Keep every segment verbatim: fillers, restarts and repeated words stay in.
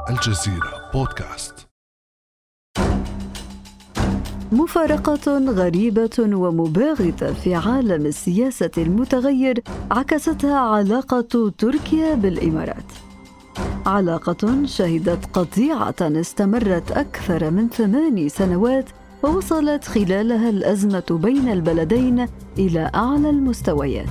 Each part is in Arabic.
الجزيرة بودكاست. مفارقة غريبة ومباغتة في عالم السياسة المتغير عكستها علاقة تركيا بالإمارات. علاقة شهدت قطيعة استمرت أكثر من ثماني سنوات، ووصلت خلالها الأزمة بين البلدين إلى أعلى المستويات.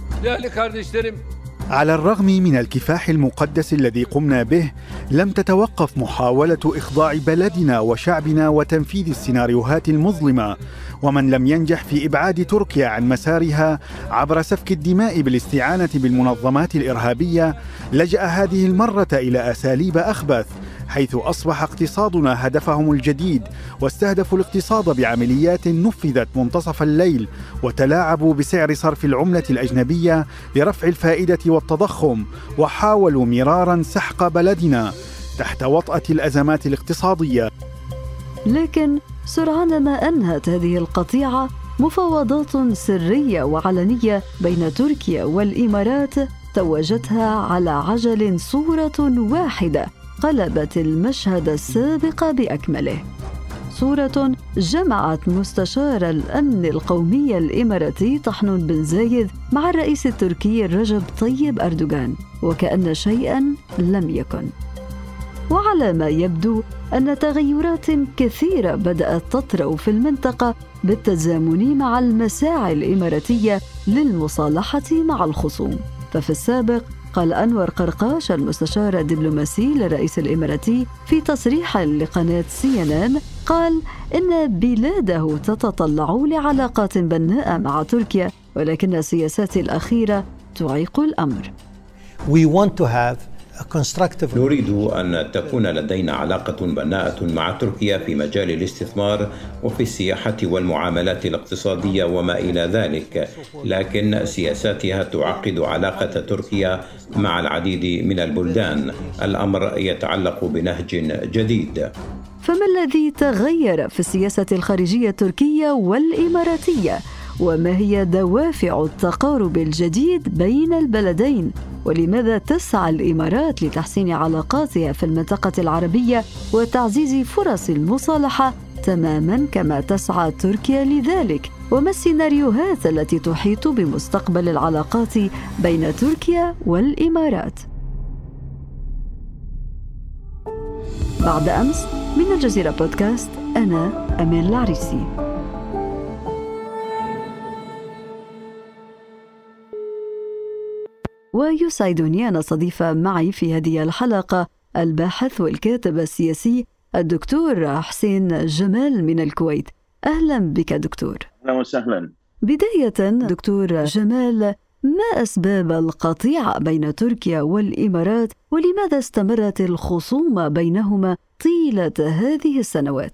على الرغم من الكفاح المقدس الذي قمنا به، لم تتوقف محاولة إخضاع بلدنا وشعبنا وتنفيذ السيناريوهات المظلمة. ومن لم ينجح في إبعاد تركيا عن مسارها عبر سفك الدماء بالاستعانة بالمنظمات الإرهابية لجأ هذه المرة إلى أساليب أخبث، حيث أصبح اقتصادنا هدفهم الجديد، واستهدفوا الاقتصاد بعمليات نفذت منتصف الليل، وتلاعبوا بسعر صرف العملة الأجنبية لرفع الفائدة والتضخم، وحاولوا مرارا سحق بلدنا تحت وطأة الأزمات الاقتصادية. لكن سرعان ما أنهت هذه القطيعة مفاوضات سرية وعلنية بين تركيا والإمارات، توجتها على عجل صورة واحدة قلبت المشهد السابق بأكمله. صورة جمعت مستشار الأمن القومي الإماراتي طحنون بن زايد مع الرئيس التركي رجب طيب أردوغان، وكأن شيئاً لم يكن. وعلى ما يبدو أن تغيرات كثيرة بدأت تطرأ في المنطقة بالتزامن مع المساعي الإماراتية للمصالحة مع الخصوم. ففي السابق قال أنور قرقاش المستشار الدبلوماسي للرئيس الإماراتي في تصريح لقناة سي إن إن، قال إن بلاده تتطلع لعلاقات بناءة مع تركيا، ولكن السياسات الأخيرة تعيق الأمر. We want to have نريد أن تكون لدينا علاقة بناءة مع تركيا في مجال الاستثمار وفي السياحة والمعاملات الاقتصادية وما إلى ذلك، لكن سياساتها تعقد علاقة تركيا مع العديد من البلدان. الأمر يتعلق بنهج جديد. فما الذي تغير في السياسة الخارجية التركية والإماراتية؟ وما هي دوافع التقارب الجديد بين البلدين؟ ولماذا تسعى الإمارات لتحسين علاقاتها في المنطقة العربية وتعزيز فرص المصالحة تماماً كما تسعى تركيا لذلك؟ وما السيناريوهات التي تحيط بمستقبل العلاقات بين تركيا والإمارات؟ بعد أمس من الجزيرة بودكاست، أنا أمين العريسي. ويسعدني أن أستضيف معي في هذه الحلقة الباحث والكاتب السياسي الدكتور حسين جمال من الكويت. أهلا بك دكتور. أهلا وسهلا. بداية دكتور جمال، ما أسباب القطيعة بين تركيا والإمارات، ولماذا استمرت الخصومة بينهما طيلة هذه السنوات؟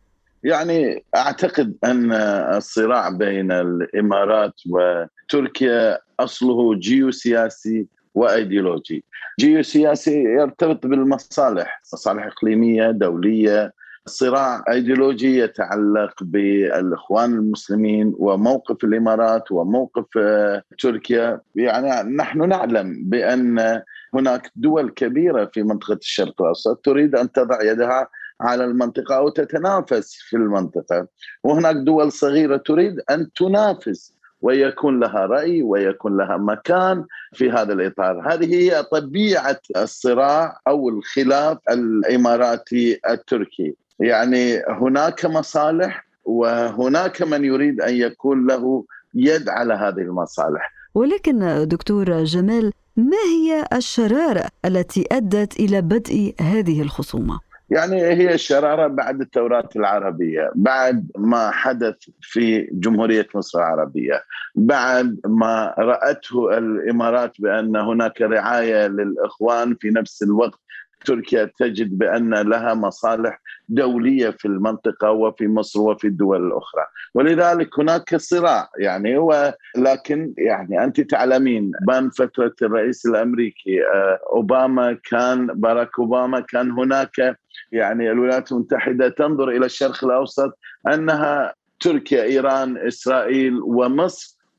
يعني أعتقد أن الصراع بين الإمارات وتركيا أصله جيوسياسي وأيديولوجي. جيوسياسي يرتبط بالمصالح، مصالح إقليمية دولية. صراع أيديولوجي يتعلق بالإخوان المسلمين وموقف الإمارات وموقف تركيا. يعني نحن نعلم بأن هناك دول كبيرة في منطقة الشرق الأوسط تريد أن تضع يدها على المنطقة أو تتنافس في المنطقة، وهناك دول صغيرة تريد أن تنافس ويكون لها رأي ويكون لها مكان في هذا الإطار. هذه هي طبيعة الصراع أو الخلاف الإماراتي التركي. يعني هناك مصالح وهناك من يريد أن يكون له يد على هذه المصالح. ولكن دكتور جمال، ما هي الشرارة التي أدت إلى بدء هذه الخصومة؟ يعني هي الشرارة بعد الثورة العربية، بعد ما حدث في جمهورية مصر العربية، بعد ما رأته الإمارات بأن هناك رعاية للإخوان، في نفس الوقت تركيا تجد بأن لها مصالح دولية في المنطقة وفي مصر وفي الدول الأخرى، ولذلك هناك صراع. يعني هو لكن يعني أنت تعلمين بان فترة الرئيس الأمريكي أوباما، كان باراك أوباما، كان هناك يعني الولايات المتحدة تنظر إلى الشرق الأوسط أنها تركيا، إيران، إسرائيل ومصر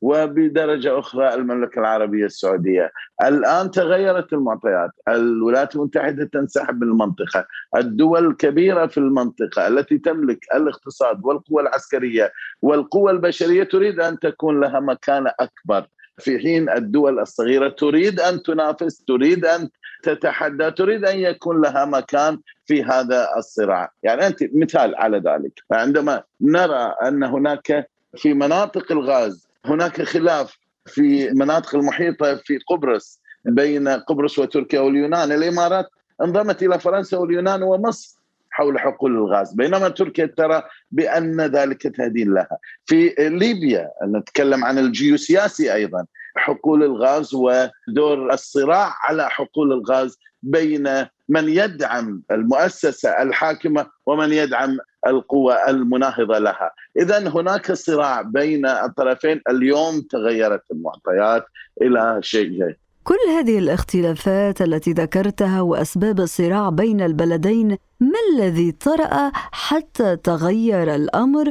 وبدرجة أخرى المملكة العربية السعودية. الآن تغيرت المعطيات، الولايات المتحدة تنسحب من المنطقة، الدول الكبيرة في المنطقة التي تملك الاقتصاد والقوة العسكرية والقوة البشرية تريد أن تكون لها مكانة أكبر، في حين الدول الصغيرة تريد أن تنافس، تريد أن تتحدى، تريد أن يكون لها مكان في هذا الصراع. يعني أنت مثال على ذلك، عندما نرى أن هناك في مناطق الغاز هناك خلاف في مناطق المحيطة في قبرص بين قبرص وتركيا واليونان، الإمارات انضمت إلى فرنسا واليونان ومصر حول حقول الغاز، بينما تركيا ترى بأن ذلك تهديد لها. في ليبيا نتكلم عن الجيوسياسي أيضا، حقول الغاز ودور الصراع على حقول الغاز بين من يدعم المؤسسة الحاكمة ومن يدعم القوى المناهضة لها. إذن هناك صراع بين الطرفين. اليوم تغيرت المعطيات إلى شيء جيد. كل هذه الاختلافات التي ذكرتها وأسباب الصراع بين البلدين، ما الذي طرأ حتى تغير الأمر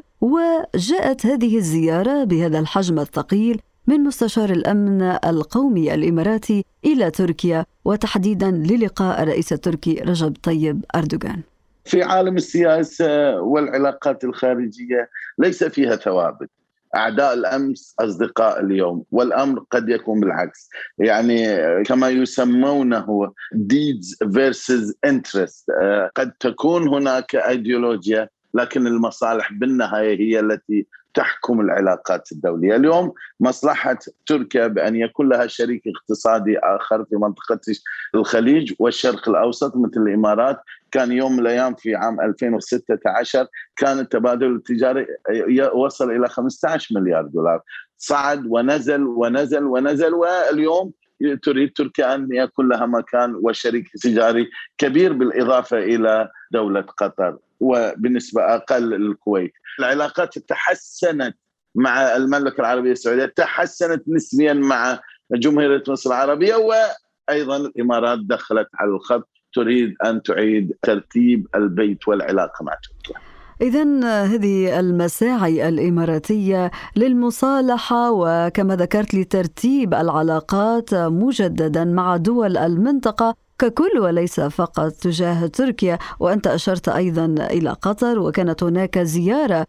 وجاءت هذه الزيارة بهذا الحجم الثقيل من مستشار الأمن القومي الإماراتي إلى تركيا، وتحديداً للقاء الرئيس التركي رجب طيب أردوغان؟ في عالم السياسة والعلاقات الخارجية ليس فيها ثوابت. أعداء الأمس أصدقاء اليوم، والأمر قد يكون بالعكس، يعني كما يسمونه deeds versus interest. قد تكون هناك أيديولوجيا لكن المصالح بالنهاية هي التي تحكم العلاقات الدولية. اليوم مصلحة تركيا بأن يكون لها شريك اقتصادي آخر في منطقة الخليج والشرق الأوسط مثل الإمارات. كان يوم من الأيام في عام ألفين وستة عشر كان التبادل التجاري وصل إلى خمسة عشر مليار دولار، صعد ونزل ونزل ونزل، واليوم تريد تركيا أن يكون لها مكان وشريك تجاري كبير بالإضافة إلى دولة قطر وبالنسبة أقل للكويت. العلاقات تحسنت مع المملكة العربية السعودية، تحسنت نسبيا مع جمهورية مصر العربية، وأيضا الإمارات دخلت على الخط، تريد أن تعيد ترتيب البيت والعلاقة مع تركيا. إذن هذه المساعي الإماراتية للمصالحة وكما ذكرت لترتيب العلاقات مجددا مع دول المنطقة ككل وليس فقط تجاه تركيا. وأنت أشرت أيضا إلى قطر، وكانت هناك زيارة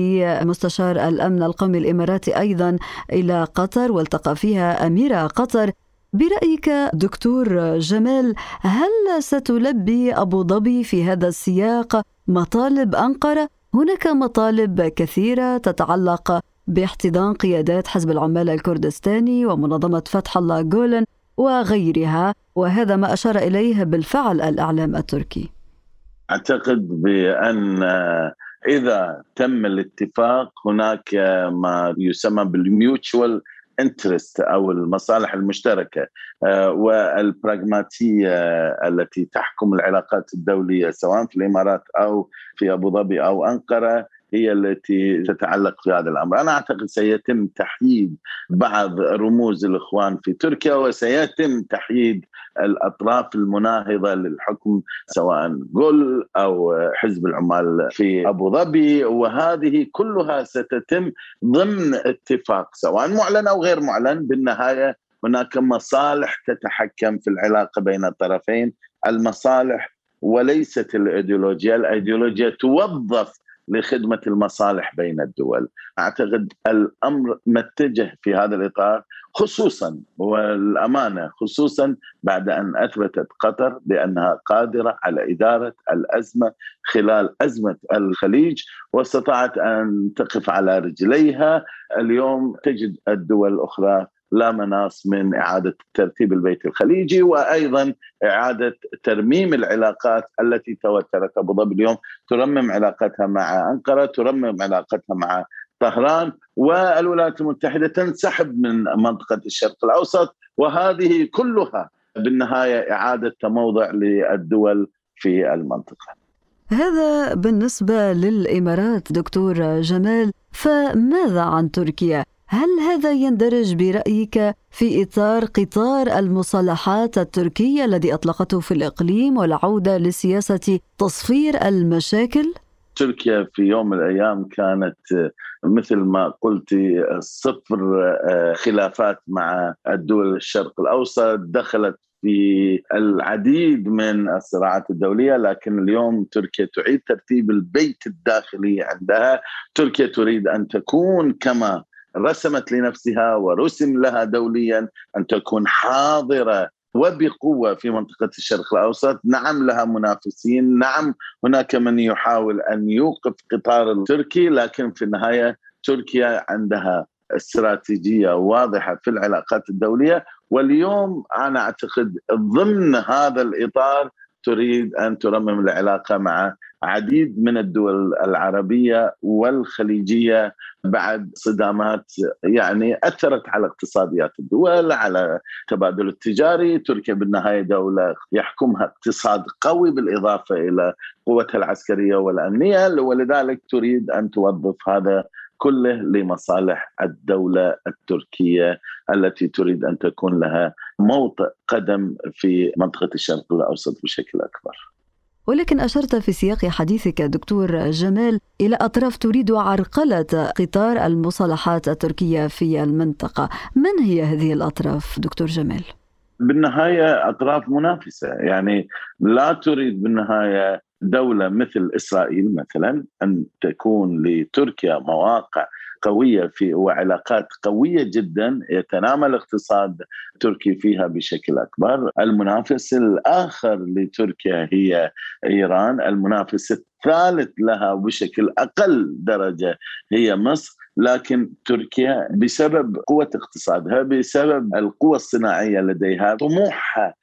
لمستشار الأمن القومي الإماراتي أيضا إلى قطر والتقى فيها أميرة قطر. برأيك دكتور جمال، هل ستلبي أبو ظبي في هذا السياق مطالب أنقرة؟ هناك مطالب كثيرة تتعلق باحتضان قيادات حزب العمال الكردستاني ومنظمة فتح الله جولن وغيرها، وهذا ما أشار إليه بالفعل الإعلام التركي. أعتقد بأن إذا تم الاتفاق هناك ما يسمى بالميوتشوال انترست أو المصالح المشتركة والبراغماتية التي تحكم العلاقات الدولية سواء في الإمارات أو في أبو ظبي أو أنقرة هي التي تتعلق في هذا الأمر. أنا أعتقد سيتم تحييد بعض رموز الإخوان في تركيا، وسيتم تحييد الأطراف المناهضة للحكم سواء جول أو حزب العمال في أبو ظبي، وهذه كلها ستتم ضمن اتفاق سواء معلن أو غير معلن. بالنهاية هناك مصالح تتحكم في العلاقة بين الطرفين، المصالح وليست الإيديولوجيا. الإيديولوجيا توظف لخدمة المصالح بين الدول. أعتقد الأمر متجه في هذا الإطار، خصوصا والأمانة خصوصا بعد أن أثبتت قطر بأنها قادرة على إدارة الأزمة خلال أزمة الخليج واستطاعت أن تقف على رجليها. اليوم تجد الدول الأخرى لا مناص من إعادة ترتيب البيت الخليجي، وأيضا إعادة ترميم العلاقات التي توترت. أبو ظبي اليوم ترمم علاقتها مع أنقرة، ترمم علاقتها مع طهران، والولايات المتحدة تنسحب من منطقة الشرق الأوسط، وهذه كلها بالنهاية إعادة تموضع للدول في المنطقة. هذا بالنسبة للإمارات دكتور جمال، فماذا عن تركيا؟ هل هذا يندرج برأيك في إطار قطار المصالحات التركية الذي أطلقته في الإقليم والعودة لسياسة تصفير المشاكل؟ تركيا في يوم من الأيام كانت مثل ما قلت صفر خلافات مع الدول الشرق الأوسط، دخلت في العديد من الصراعات الدولية، لكن اليوم تركيا تعيد ترتيب البيت الداخلي عندها. تركيا تريد أن تكون كما رسمت لنفسها ورسم لها دوليا، أن تكون حاضرة وبقوة في منطقة الشرق الأوسط. نعم لها منافسين، نعم هناك من يحاول أن يوقف قطار التركي، لكن في النهاية تركيا عندها استراتيجية واضحة في العلاقات الدولية. واليوم أنا أعتقد ضمن هذا الإطار تريد أن ترمم العلاقة مع عديد من الدول العربية والخليجية بعد صدامات يعني أثرت على اقتصاديات الدول، على التبادل التجاري. تركيا بالنهاية دولة يحكمها اقتصاد قوي بالإضافة إلى قوتها العسكرية والأمنية، ولذلك تريد أن توظف هذا كله لمصالح الدولة التركية التي تريد أن تكون لها موطئ قدم في منطقة الشرق الأوسط بشكل أكبر. ولكن أشرت في سياق حديثك دكتور جمال إلى أطراف تريد عرقلة قطار المصالحات التركية في المنطقة. من هي هذه الأطراف دكتور جمال؟ بالنهاية أطراف منافسة، يعني لا تريد بالنهاية دولة مثل إسرائيل مثلا أن تكون لتركيا مواقع قوية في وعلاقات قوية جدا يتنامى الاقتصاد التركي فيها بشكل أكبر. المنافس الآخر لتركيا هي إيران، المنافس الثالث لها بشكل أقل درجة هي مصر. لكن تركيا بسبب قوة اقتصادها، بسبب القوة الصناعية لديها، طموحها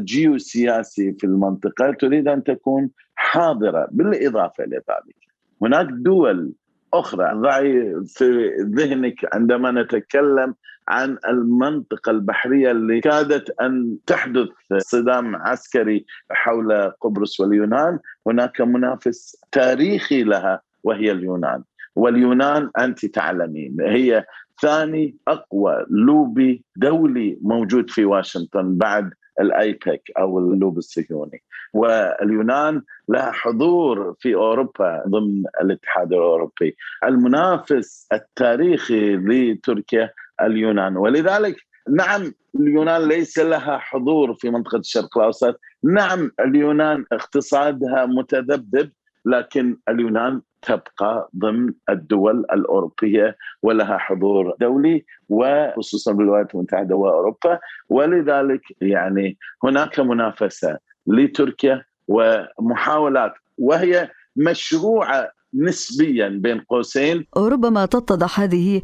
الجيوسياسي في المنطقة، تريد أن تكون حاضرة. بالإضافة إلى ذلك هناك دول أخرى ضعي في ذهنك عندما نتكلم عن المنطقة البحرية اللي كادت أن تحدث صدام عسكري حول قبرص واليونان. هناك منافس تاريخي لها وهي اليونان، واليونان أنت تعلمين هي ثاني أقوى لوبي دولي موجود في واشنطن بعد الأيبك أو اللوب الصهيوني، واليونان لها حضور في أوروبا ضمن الاتحاد الأوروبي. المنافس التاريخي لتركيا اليونان، ولذلك نعم اليونان ليس لها حضور في منطقة الشرق الأوسط، نعم اليونان اقتصادها متذبذب، لكن اليونان تبقى ضمن الدول الأوروبية ولها حضور دولي وخصوصا بالولايات المتحدة وأوروبا. ولذلك يعني هناك منافسة لتركيا ومحاولات وهي مشروعة نسبيا بين قوسين. ربما تتضح هذه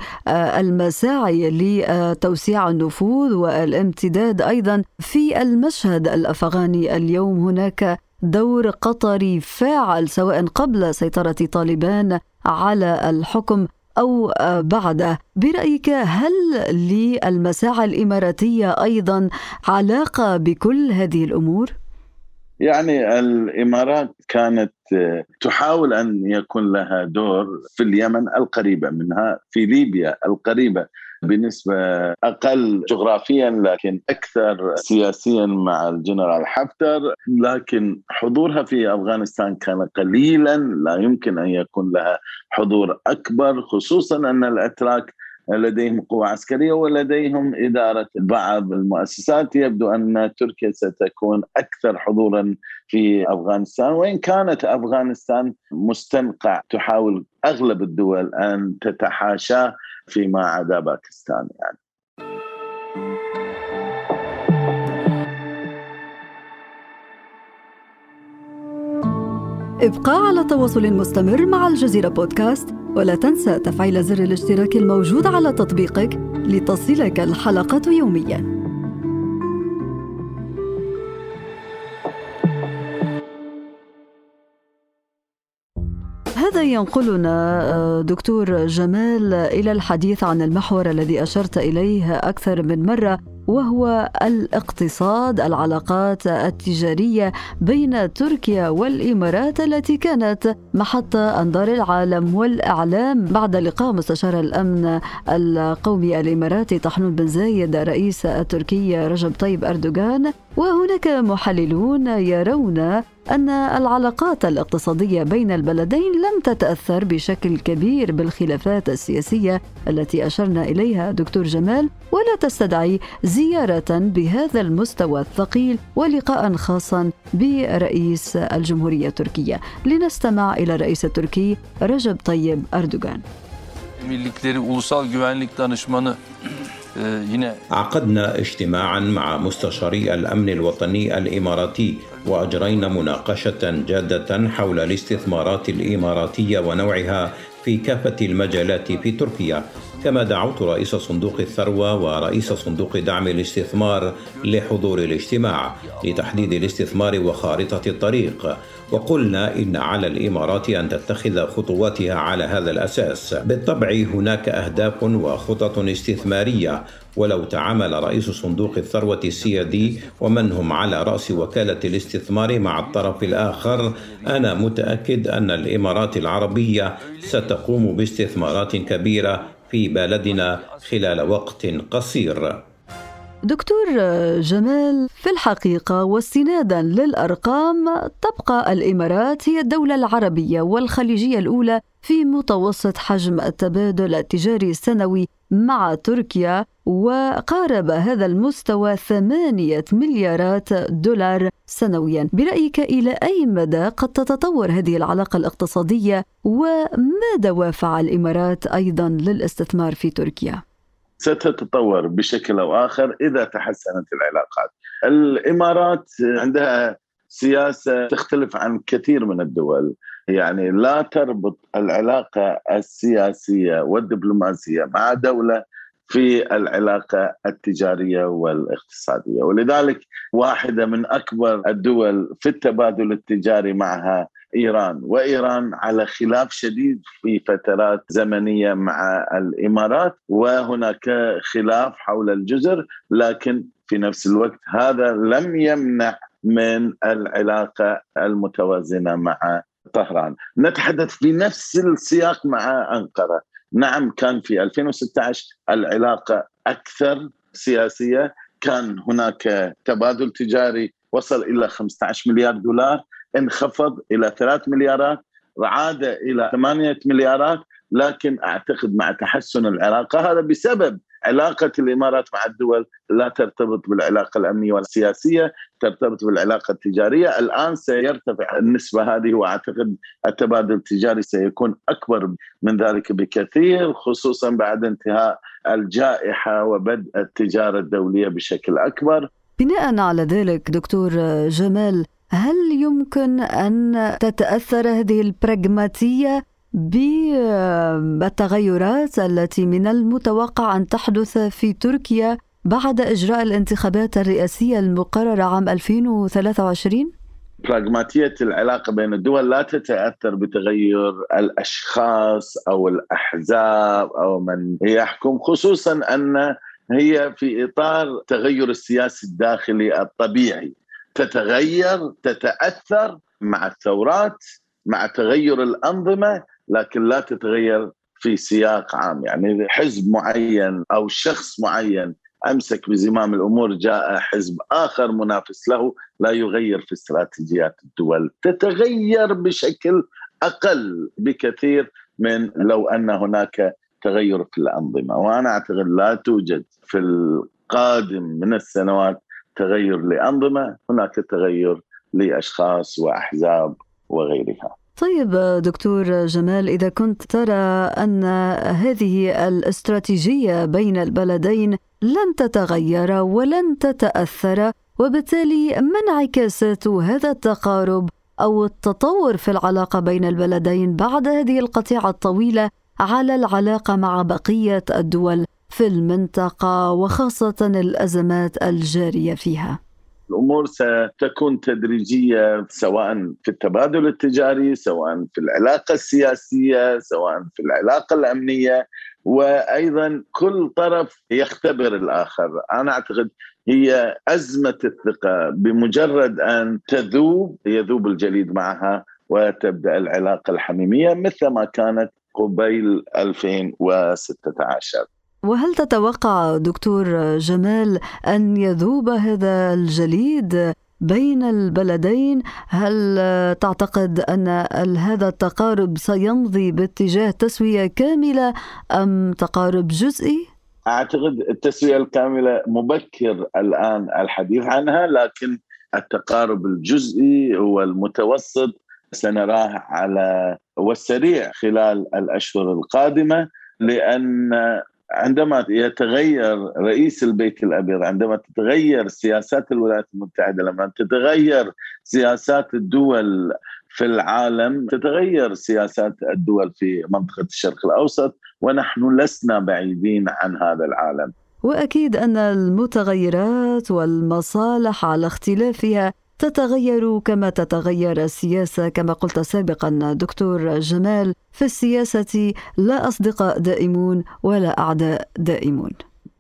المساعي لتوسيع النفوذ والامتداد أيضا في المشهد الأفغاني. اليوم هناك دور قطري فاعل سواء قبل سيطرة طالبان على الحكم أو بعده. برأيك هل للمساعي الإماراتية أيضا علاقة بكل هذه الأمور؟ يعني الإمارات كانت تحاول أن يكون لها دور في اليمن القريبة منها، في ليبيا القريبة بنسبة أقل جغرافيا لكن أكثر سياسيا مع الجنرال حفتر، لكن حضورها في أفغانستان كان قليلا، لا يمكن أن يكون لها حضور أكبر، خصوصا أن الأتراك لديهم قوة عسكرية ولديهم إدارة بعض المؤسسات. يبدو أن تركيا ستكون أكثر حضورا في أفغانستان، وإن كانت أفغانستان مستنقع تحاول أغلب الدول أن تتحاشى فيما عدا باكستان. يعني ابقى على تواصل مستمر مع الجزيرة بودكاست، ولا تنسى تفعيل زر الاشتراك الموجود على تطبيقك لتصلك الحلقة يومياً. هذا ينقلنا دكتور جمال إلى الحديث عن المحور الذي أشرت إليه أكثر من مرة وهو الاقتصاد، العلاقات التجارية بين تركيا والإمارات التي كانت محط أنظار العالم والإعلام بعد لقاء مستشار الأمن القومي الإماراتي طحنون بن زايد رئيس التركي رجب طيب أردوغان. وهناك محللون يرون أن العلاقات الاقتصادية بين البلدين لم تتأثر بشكل كبير بالخلافات السياسية التي أشرنا إليها دكتور جمال، ولا تستدعي زيارة بهذا المستوى الثقيل ولقاء خاصا برئيس الجمهورية التركية. لنستمع إلى الرئيس التركي رجب طيب أردوغان. عقدنا اجتماعا مع مستشاري الأمن الوطني الإماراتي وأجرينا مناقشة جادة حول الاستثمارات الإماراتية ونوعها في كافة المجالات في تركيا، كما دعوت رئيس صندوق الثروة ورئيس صندوق دعم الاستثمار لحضور الاجتماع لتحديد الاستثمار وخارطة الطريق. وقلنا إن على الإمارات أن تتخذ خطواتها على هذا الأساس. بالطبع هناك أهداف وخطط استثمارية، ولو تعامل رئيس صندوق الثروة السي دي ومن هم على رأس وكالة الاستثمار مع الطرف الآخر، أنا متأكد أن الإمارات العربية ستقوم باستثمارات كبيرة في بلدنا خلال وقت قصير. دكتور جمال، في الحقيقة واستنادا للأرقام تبقى الإمارات هي الدولة العربية والخليجية الأولى في متوسط حجم التبادل التجاري السنوي مع تركيا، وقارب هذا المستوى ثمانية مليارات دولار سنويا. برأيك إلى أي مدى قد تتطور هذه العلاقة الاقتصادية، وما دوافع الإمارات أيضا للاستثمار في تركيا؟ ستتطور بشكل أو آخر إذا تحسنت العلاقات. الإمارات عندها سياسة تختلف عن كثير من الدول، يعني لا تربط العلاقة السياسية والدبلوماسية مع دولة في العلاقة التجارية والاقتصادية، ولذلك واحدة من أكبر الدول في التبادل التجاري معها إيران، وإيران على خلاف شديد في فترات زمنية مع الإمارات، وهناك خلاف حول الجزر، لكن في نفس الوقت هذا لم يمنع من العلاقة المتوازنة مع طهران. نتحدث في نفس السياق مع أنقرة. نعم، كان في ألفين وستة عشر العلاقة أكثر سياسية، كان هناك تبادل تجاري وصل إلى خمسة عشر مليار دولار، انخفض إلى ثلاث مليارات، عاد إلى ثمانية مليارات، لكن أعتقد مع تحسن العلاقة هذا بسبب علاقة الإمارات مع الدول لا ترتبط بالعلاقة الأمنية والسياسية، ترتبط بالعلاقة التجارية. الآن سيرتفع النسبة هذه، وأعتقد التبادل التجاري سيكون أكبر من ذلك بكثير، خصوصا بعد انتهاء الجائحة وبدء التجارة الدولية بشكل أكبر. بناء على ذلك دكتور جمال، هل يمكن أن تتأثر هذه البراغماتية بالتغيرات التي من المتوقع أن تحدث في تركيا بعد إجراء الانتخابات الرئاسية المقررة عام ألفين وثلاثة وعشرين؟ براغماتية العلاقة بين الدول لا تتأثر بتغير الأشخاص أو الأحزاب أو من يحكم، خصوصا أن هي في إطار تغير السياسي الداخلي الطبيعي، تتغير تتأثر مع الثورات مع تغير الأنظمة، لكن لا تتغير في سياق عام. يعني حزب معين أو شخص معين أمسك بزمام الأمور، جاء حزب آخر منافس له، لا يغير في استراتيجيات الدول، تتغير بشكل أقل بكثير من لو أن هناك تغير في الأنظمة. وأنا أعتقد لا توجد في القادم من السنوات تغير لأنظمة، هناك تغير لأشخاص وأحزاب وغيرها. طيب دكتور جمال، إذا كنت ترى أن هذه الاستراتيجية بين البلدين لن تتغير ولن تتأثر، وبالتالي ما انعكاسات هذا التقارب أو التطور في العلاقة بين البلدين بعد هذه القطيعة الطويلة على العلاقة مع بقية الدول في المنطقة وخاصة الأزمات الجارية فيها؟ الأمور ستكون تدريجية، سواء في التبادل التجاري، سواء في العلاقة السياسية، سواء في العلاقة الأمنية، وأيضا كل طرف يختبر الآخر. أنا أعتقد هي أزمة الثقة، بمجرد أن تذوب يذوب الجليد معها وتبدأ العلاقة الحميمية مثل ما كانت قبيل ألفين وستة عشر. وهل تتوقع دكتور جمال أن يذوب هذا الجليد بين البلدين؟ هل تعتقد أن هذا التقارب سيمضي باتجاه تسوية كاملة أم تقارب جزئي؟ أعتقد التسوية الكاملة مبكر الآن الحديث عنها، لكن التقارب الجزئي هو المتوسط سنراه على والسريع خلال الأشهر القادمة، لأن عندما يتغير رئيس البيت الأبيض، عندما تتغير سياسات الولايات المتحدة، لما تتغير سياسات الدول في العالم، تتغير سياسات الدول في منطقة الشرق الأوسط، ونحن لسنا بعيدين عن هذا العالم. وأكيد أن المتغيرات والمصالح على اختلافها تتغير كما تتغير السياسة. كما قلت سابقا دكتور جمال، في السياسة لا أصدقاء دائمون ولا أعداء دائمون.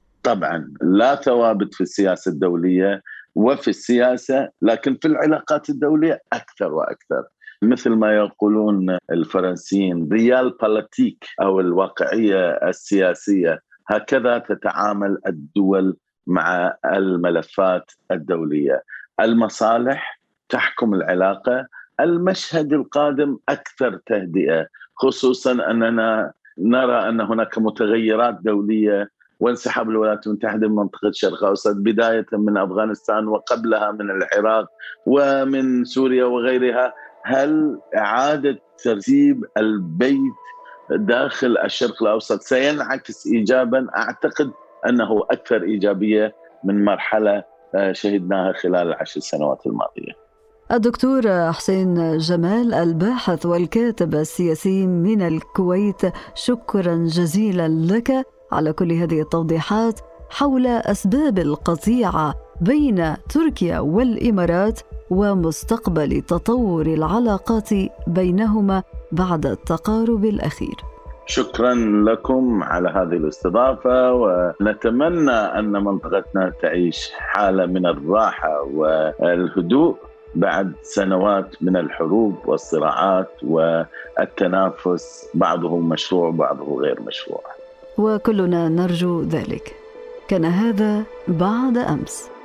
طبعا لا ثوابت في السياسة الدولية وفي السياسة، لكن في العلاقات الدولية أكثر وأكثر. مثل ما يقولون الفرنسيين ريال بوليتيك أو الواقعية السياسية، هكذا تتعامل الدول مع الملفات الدولية. المصالح تحكم العلاقة. المشهد القادم أكثر تهدئة، خصوصا أننا نرى أن هناك متغيرات دولية وانسحاب الولايات المتحدة من منطقة الشرق الأوسط، بداية من أفغانستان وقبلها من العراق ومن سوريا وغيرها. هل إعادة ترتيب البيت داخل الشرق الأوسط سينعكس إيجابا؟ أعتقد أنه أكثر إيجابية من مرحلة شهدناها خلال العشر سنوات الماضية. الدكتور حسين جمال، الباحث والكاتب السياسي من الكويت، شكرا جزيلا لك على كل هذه التوضيحات حول أسباب القطيعة بين تركيا والإمارات ومستقبل تطور العلاقات بينهما بعد التقارب الأخير. شكرا لكم على هذه الاستضافة، ونتمنى أن منطقتنا تعيش حالة من الراحة والهدوء بعد سنوات من الحروب والصراعات والتنافس، بعضه مشروع بعضه غير مشروع، وكلنا نرجو ذلك. كان هذا بعد أمس.